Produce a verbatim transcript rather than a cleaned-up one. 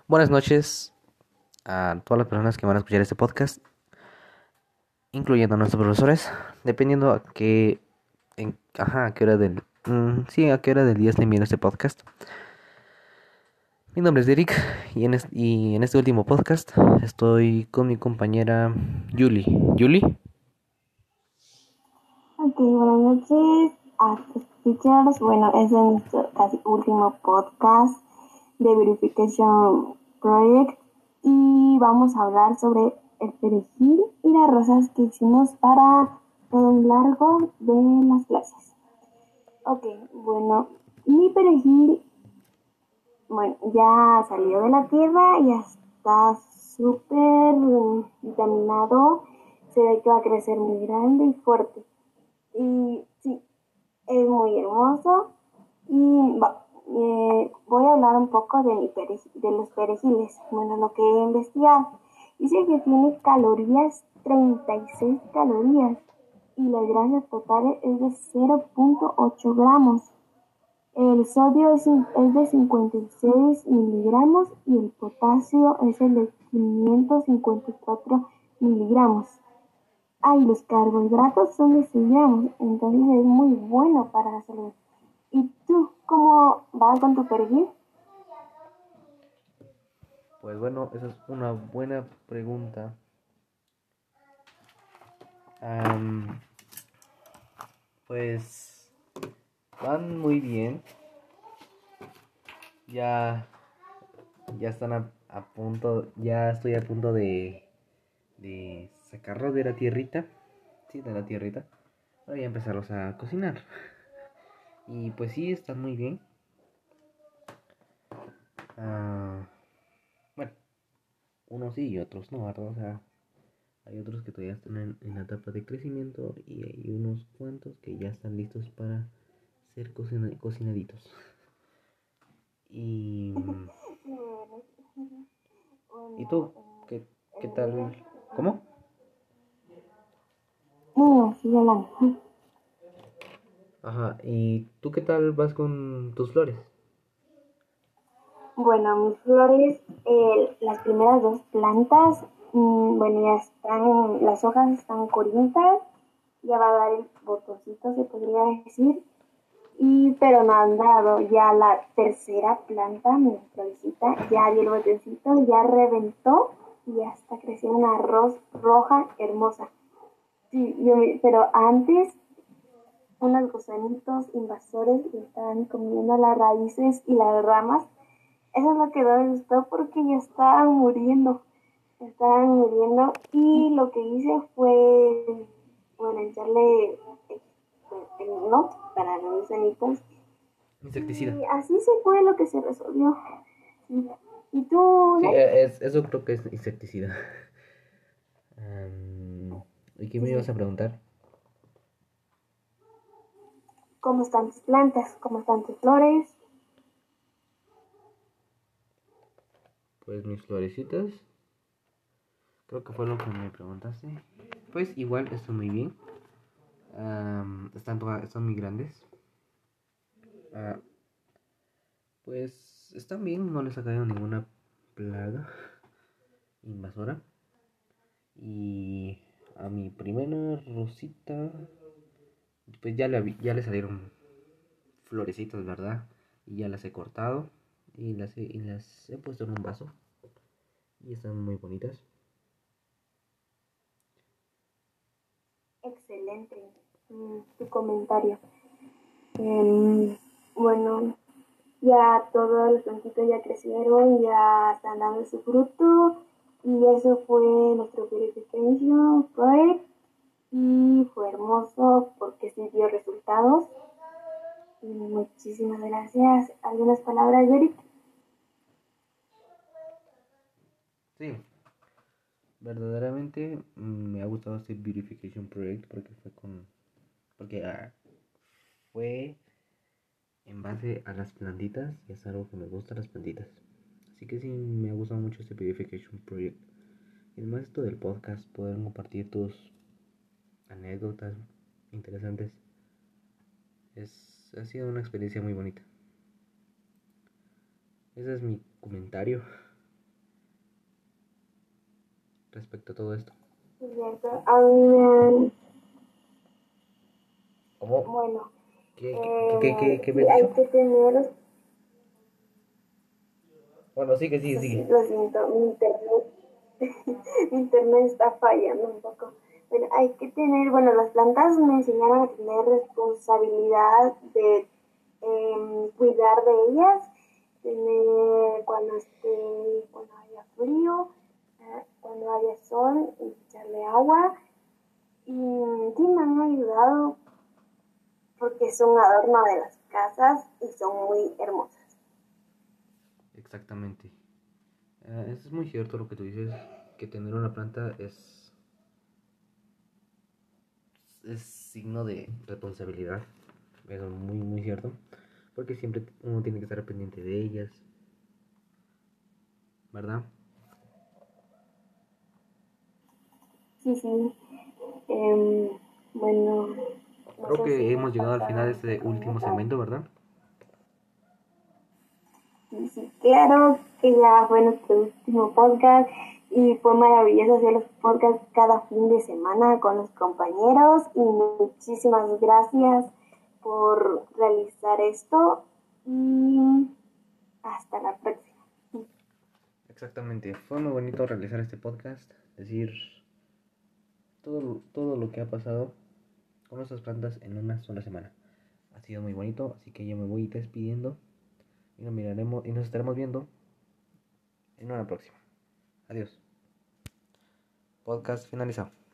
Buenas noches a todas las personas que van a escuchar este podcast, incluyendo a nuestros profesores, dependiendo a qué, en, ajá, a qué hora del, mm, sí, a qué hora del día estén viendo este podcast. Mi nombre es Derek y en, es- y en este último podcast estoy con mi compañera Yuli. ¿Yuli? Ok, buenas noches a los teachers. Bueno, este es nuestro casi último podcast de Verification Project y vamos a hablar sobre el perejil y las rosas que hicimos para todo lo largo de las clases. Ok, bueno, mi perejil, bueno, ya salió de la tierra y ya está súper vitaminado. Se ve que va a crecer muy grande y fuerte. Y sí, es muy hermoso. Y va, eh, voy a hablar un poco de, mi perejil, de los perejiles. Bueno, lo que he investigado. Dice que tiene calorías, treinta y seis calorías. Y la grasa total es de cero punto ocho gramos. El sodio es, es de cincuenta y seis miligramos y el potasio es el de quinientos cincuenta y cuatro miligramos. Ay, los carbohidratos son de seis gramos, entonces es muy bueno para la salud. ¿Y tú cómo vas con tu perejil? Pues bueno, esa es una buena pregunta. Am, pues van muy bien. Ya, ya están a, a punto, ya estoy a punto de de sacarlos de la tierrita, sí, de la tierrita, para ya empezarlos a cocinar. Y pues sí, están muy bien. Ah, bueno, unos sí y otros no, ¿verdad? O sea, hay otros que todavía están en, en la etapa de crecimiento y hay unos cuantos que ya están listos para ser cocina- cocinaditos. Y, ¿y Bueno, tú? ¿Qué, qué tal? ¿Cómo? no, sigue hablando. Ajá, ¿y tú qué tal vas con tus flores? Bueno, mis flores, eh, las primeras dos plantas, mmm, bueno, ya están, las hojas están corientas, ya va a dar el botoncito, se podría decir. Y, pero no han dado. Ya la tercera planta, mi florecita, ya dio el botecito, ya reventó y ya está creciendo una arroz roja hermosa. Sí, yo, pero antes unos gusanitos invasores le estaban comiendo las raíces y las ramas. Eso es lo que no me gustó porque ya estaban muriendo. Estaban muriendo y lo que hice fue, bueno, echarle el no para los gusanitos. Insecticida. Y así se fue lo que se resolvió. Sí. ¿Y tú, Sí, Nel? e- es, eso creo que es insecticida. Am, ¿y qué Sí, me ibas sí. a preguntar? ¿Cómo están tus plantas? ¿Cómo están tus flores? Pues mis florecitas, creo que fue lo que me preguntaste. Pues igual están muy bien. Am, están, toda- están muy grandes. Ah, pues están bien, no les ha caído ninguna plaga invasora. Y a mi primera rosita, pues ya le, ya le salieron florecitas, ¿verdad? Y ya las he cortado y las he, y las he puesto en un vaso. Y están muy bonitas. Excelente mm, tu comentario. Em, bueno, ya todos los plantitos ya crecieron, ya están dando su fruto y eso fue nuestro verification project y fue hermoso porque sí dio resultados. Y muchísimas gracias. ¿Algunas palabras, Eric? Sí, verdaderamente mm, me ha gustado este Beautification Project porque fue con. Porque ah, fue en base a las plantitas y es algo que me gusta las plantitas. Así que sí, me ha gustado mucho este Beautification Project. Y además esto del podcast, poder compartir tus anécdotas interesantes. Es, ha sido una experiencia muy bonita. Ese es mi comentario. respecto a todo esto. Es cierto, a mí me han, ¿Cómo? bueno, ¿Qué, qué, qué, qué, eh, qué me sí has hay dicho? que tener, Bueno, sigue, sigue, eso sí, sigue. lo siento, mi internet, mi internet está fallando un poco. Bueno, hay que tener, bueno, las plantas me enseñaron a tener responsabilidad de eh, cuidar de ellas, tener cuando esté, cuando haya frío, eh, cuando haya sol, echarle agua. Y sí me han ayudado porque son adorno de las casas y son muy hermosas. Exactamente. Uh, eso es muy cierto lo que tú dices, que tener una planta es, es signo de responsabilidad. Eso es muy, muy cierto. Porque siempre uno tiene que estar pendiente de ellas, ¿verdad? Sí, sí. Eh, bueno, no Creo sé si que me hemos llegado al final de falta este último comentar. segmento, ¿verdad? Sí, sí, claro que ya fue nuestro último podcast y fue maravilloso hacer los podcasts cada fin de semana con los compañeros y muchísimas gracias por realizar esto y hasta la próxima. Exactamente. Fue muy bonito realizar este podcast, decir todo, todo lo que ha pasado con nuestras plantas en una sola semana. Ha sido muy bonito, así que yo me voy despidiendo y nos miraremos y nos estaremos viendo en una próxima. Adiós. Podcast finalizado.